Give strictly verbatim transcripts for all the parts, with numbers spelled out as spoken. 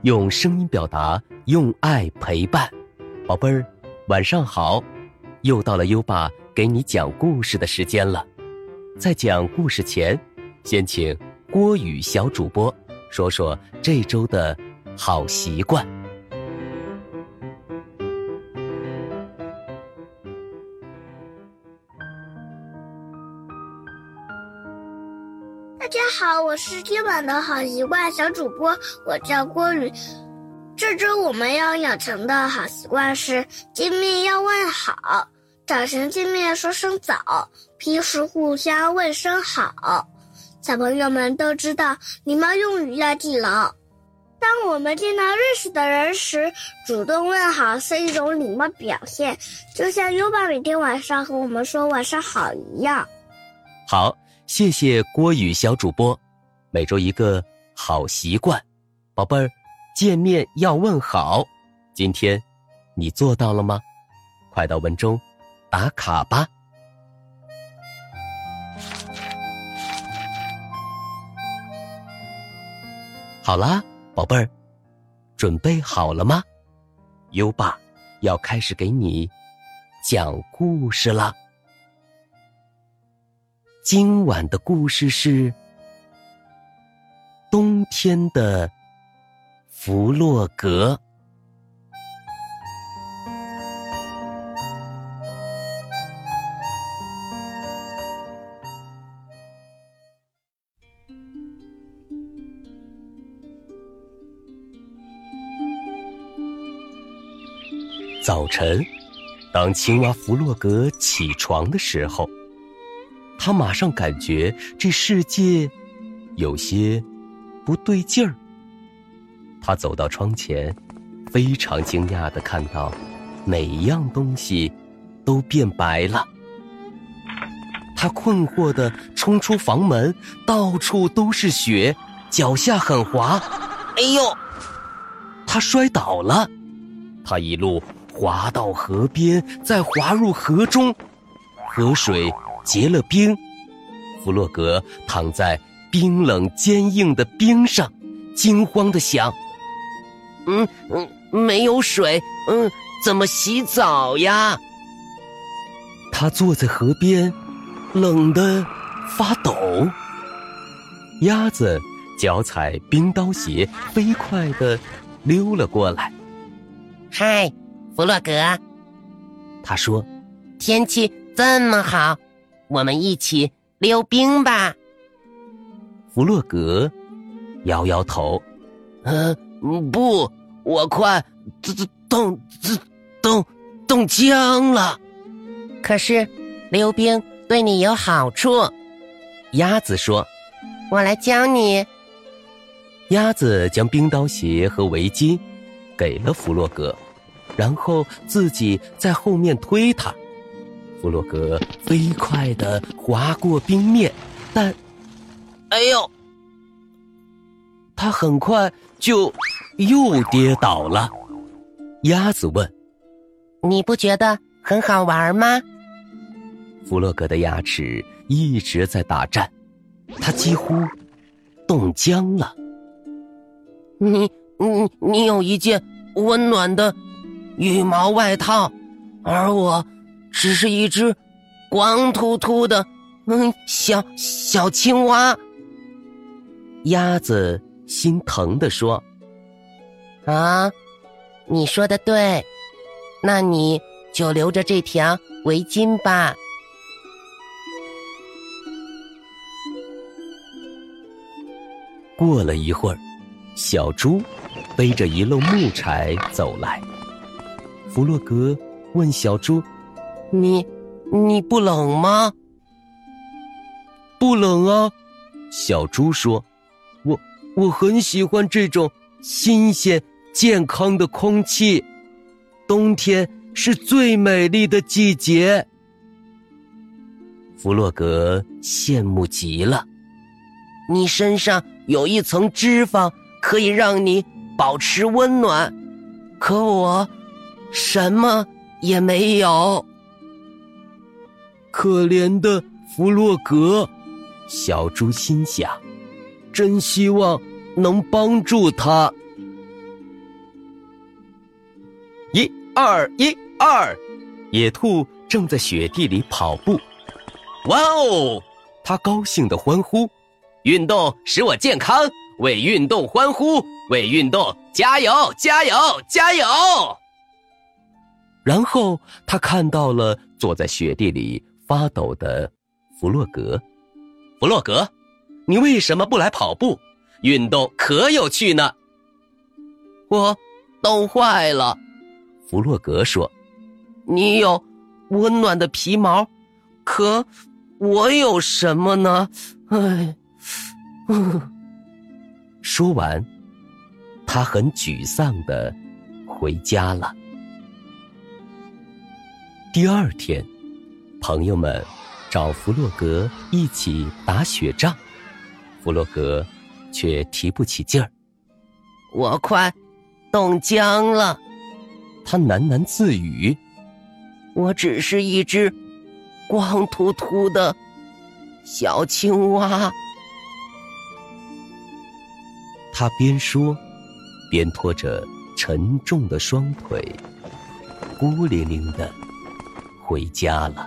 用声音表达，用爱陪伴。宝贝儿，晚上好，又到了优爸给你讲故事的时间了。在讲故事前，先请郭宇小主播说说这周的好习惯。 大家好，我是今晚的好习惯小主播，我叫郭宇。这周我们要养成的好习惯是见面要问好，早晨见面说声早，平时互相问声好。小朋友们都知道礼貌用语要记牢。当我们见到认识的人时，主动问好是一种礼貌表现，就像优爸每天晚上和我们说晚上好一样。 好，谢谢郭宇小主播。每周一个好习惯，宝贝儿，见面要问好，今天你做到了吗？快到文中打卡吧。好啦，宝贝儿，准备好了吗？优爸要开始给你讲故事啦。今晚的故事是冬天的弗洛格。早晨，当青蛙弗洛格起床的时候，他马上感觉这世界有些不对劲儿。他走到窗前，非常惊讶地看到每一样东西都变白了。他困惑地冲出房门，到处都是雪，脚下很滑。哎呦！他摔倒了，他一路滑到河边，再滑入河中，河水结了冰，弗洛格躺在冰冷坚硬的冰上，惊慌地想：嗯嗯，没有水，嗯，怎么洗澡呀？他坐在河边，冷得发抖。鸭子脚踩冰刀鞋，飞快地溜了过来。 嗨，弗洛格， 他说， 天气这么好，我们一起溜冰吧。 弗洛格摇摇头， 呃，不，我快冻冻冻冻僵了。 可是溜冰对你有好处。 鸭子说， 我来教你。 鸭子将冰刀鞋和围巾给了弗洛格，然后自己在后面推他。弗洛格飞快地滑过冰面，但哎呦， 他很快就又跌倒了。鸭子问， 你不觉得很好玩吗？ 弗洛格的牙齿一直在打颤，他几乎冻僵了。 你你你有一件温暖的羽毛外套，而我只是一只光秃秃的嗯小小青蛙。 鸭子心疼地说， 啊，你说的对，那你就留着这条围巾吧。 过了一会儿，小猪背着一漏木柴走来。弗洛格问小猪， 你你不冷吗？ 不冷啊，小猪说，我我很喜欢这种新鲜健康的空气，冬天是最美丽的季节。弗洛格羡慕极了， 你身上有一层脂肪可以让你保持温暖，可我什么也没有。 可怜的弗洛格，小猪心想，真希望能帮助他。 一二一二，野兔正在雪地里跑步。哇哦！他高兴地欢呼，运动使我健康，为运动欢呼，为运动加油加油加油！然后他看到了坐在雪地里发抖的弗洛格。弗洛格，你为什么不来跑步？运动可有趣呢。 我冻坏了， 弗洛格说。 你有温暖的皮毛，可我有什么呢？唉， 嗯。说完，他很沮丧地回家了。第二天，朋友们找弗洛格一起打雪仗，弗洛格却提不起劲儿。 我快冻僵了， 他喃喃自语。 我只是一只光秃秃的小青蛙。 他边说，边拖着沉重的双腿，孤零零地回家了。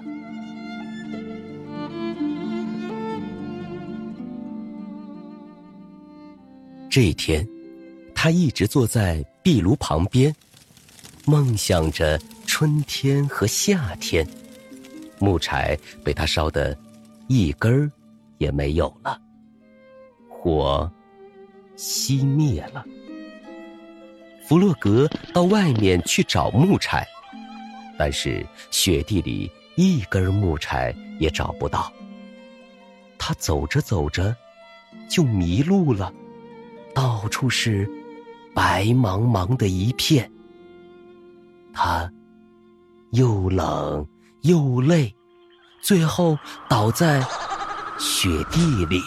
这天，他一直坐在壁炉旁边，梦想着春天和夏天。木柴被他烧得一根儿也没有了，火熄灭了。弗洛格到外面去找木柴，但是雪地里一根木柴也找不到。他走着走着就迷路了，到处是白茫茫的一片。他又冷又累，最后倒在雪地里。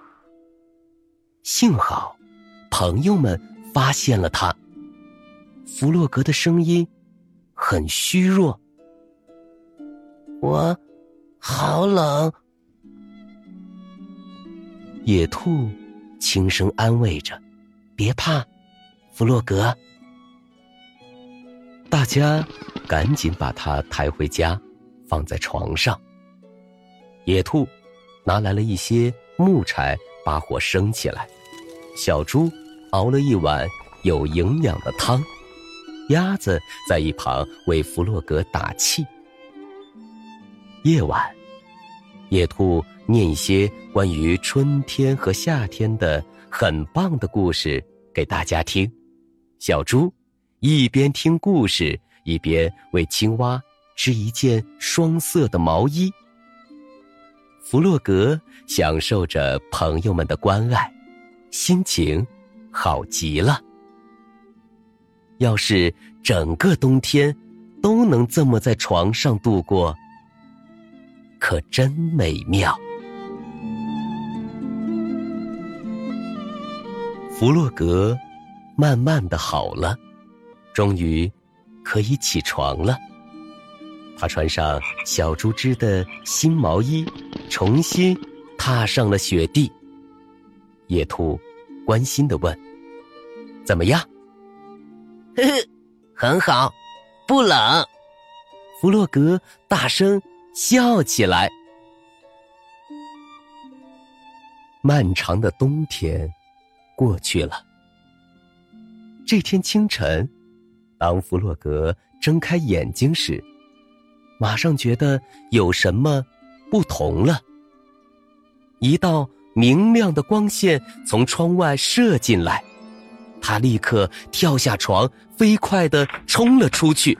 幸好朋友们发现了他。弗洛格的声音很虚弱。 我好冷。 野兔轻声安慰着，别怕，弗洛格。大家赶紧把他抬回家，放在床上。野兔拿来了一些木柴，把火生起来。小猪熬了一碗有营养的汤，鸭子在一旁为弗洛格打气。夜晚，野兔念一些关于春天和夏天的很棒的故事给大家听。小猪一边听故事，一边为青蛙织一件双色的毛衣。弗洛格享受着朋友们的关爱，心情好极了。要是整个冬天都能这么在床上度过，可真美妙。弗洛格慢慢的好了，终于可以起床了。他穿上小猪织的新毛衣，重新踏上了雪地。野兔关心地问：怎么样？ 呵呵，很好，不冷。 弗洛格大声笑起来。漫长的冬天过去了。这天清晨，当弗洛格睁开眼睛时，马上觉得有什么不同了。一道明亮的光线从窗外射进来，他立刻跳下床，飞快地冲了出去。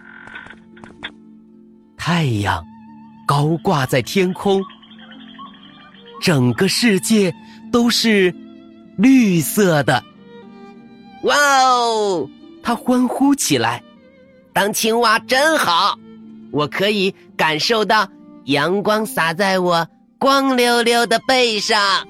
太阳高挂在天空，整个世界都是绿色的。 哇哦！ 他欢呼起来， 当青蛙真好，我可以感受到阳光洒在我光溜溜的背上。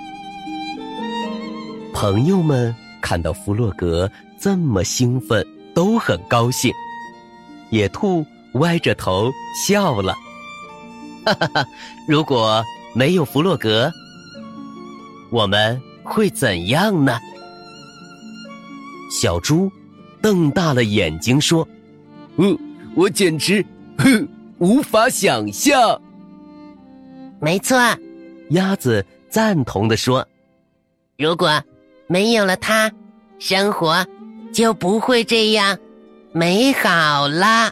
朋友们看到弗洛格这么兴奋，都很高兴。野兔歪着头笑了，哈哈哈！如果没有弗洛格，我们会怎样呢？小猪瞪大了眼睛说： 哦，我简直，哼，无法想象。 没错， 鸭子赞同地说：“ 如果没有了它，生活就不会这样美好啦。”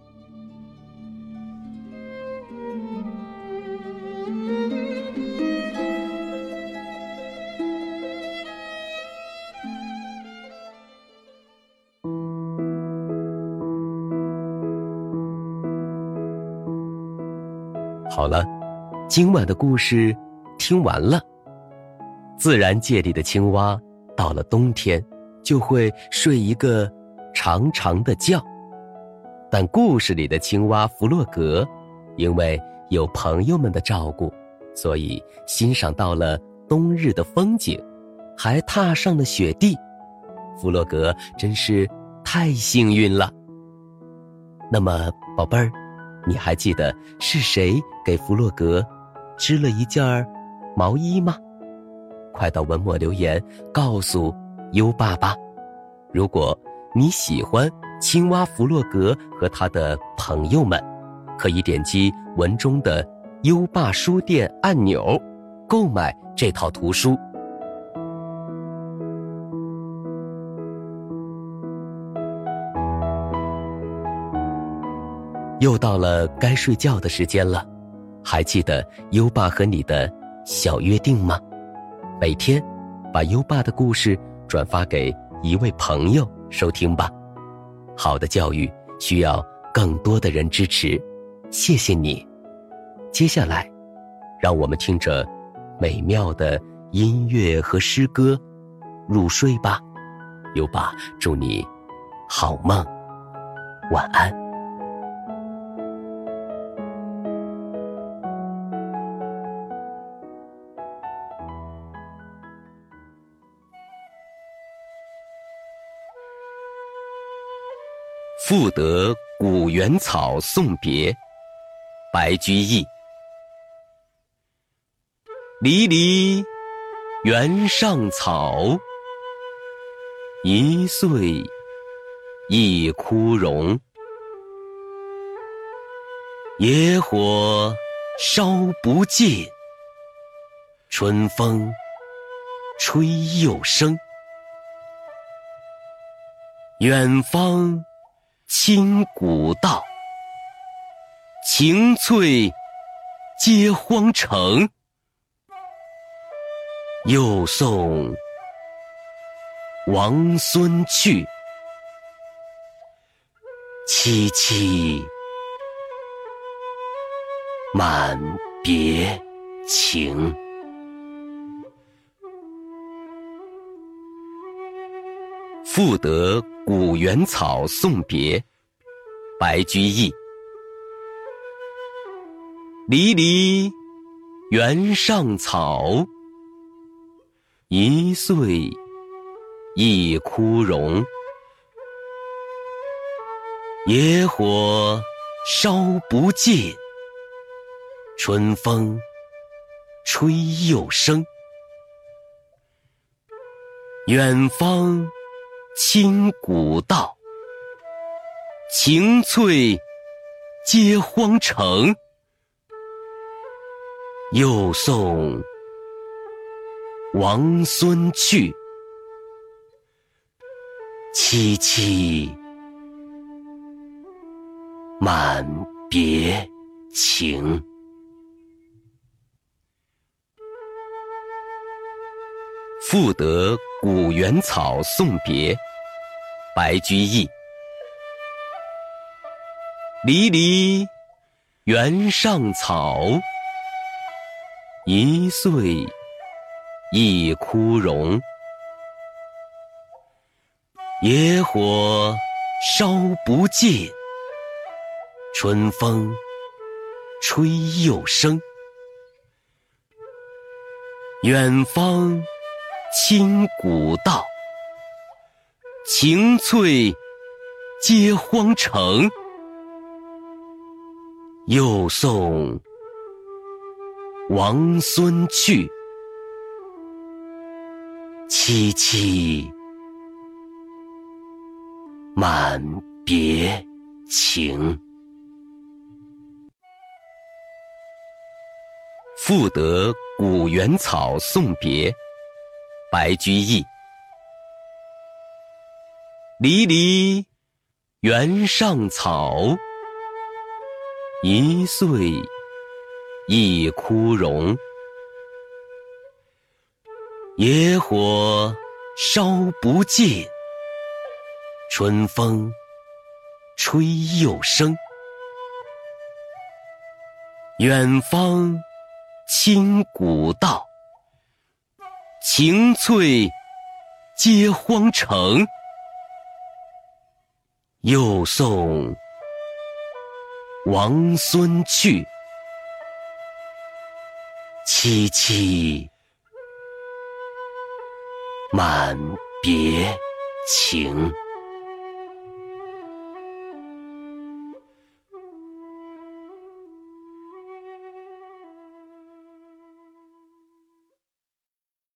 好了，今晚的故事听完了。自然界里的青蛙到了冬天就会睡一个长长的觉，但故事里的青蛙弗洛格因为有朋友们的照顾，所以欣赏到了冬日的风景，还踏上了雪地。弗洛格真是太幸运了。那么宝贝儿，你还记得是谁给弗洛格织了一件毛衣吗？快到文末留言告诉优爸吧。如果你喜欢青蛙弗洛格和他的朋友们，可以点击文中的优爸书店按钮购买这套图书。又到了该睡觉的时间了，还记得优爸和你的小约定吗？每天把优爸的故事转发给一位朋友收听吧。好的教育需要更多的人支持，谢谢你。接下来，让我们听着美妙的音乐和诗歌入睡吧。优爸祝你好梦，晚安。赋得古原草送别，白居易。离离原上草，一岁一枯荣。野火烧不尽，春风吹又生。远方清古道，晴翠接荒城。又送王孙去，萋萋满别情。赋得古原草送别，白居易。离离原上草，一岁一枯荣。野火烧不尽，春风吹又生。远方清古道，晴翠接荒城。又送王孙去，萋萋满别情。赋得古原草送别，白居易。离离原上草，一岁一枯荣。野火烧不尽，春风吹又生。远方清古道，晴翠接荒城。又送王孙去，萋萋满别情。赋得古原草送别，白居易。离离原上草，一岁一枯荣。野火烧不尽，春风吹又生。远方清古道，晴翠接荒城。又送王孙去，萋萋满别情。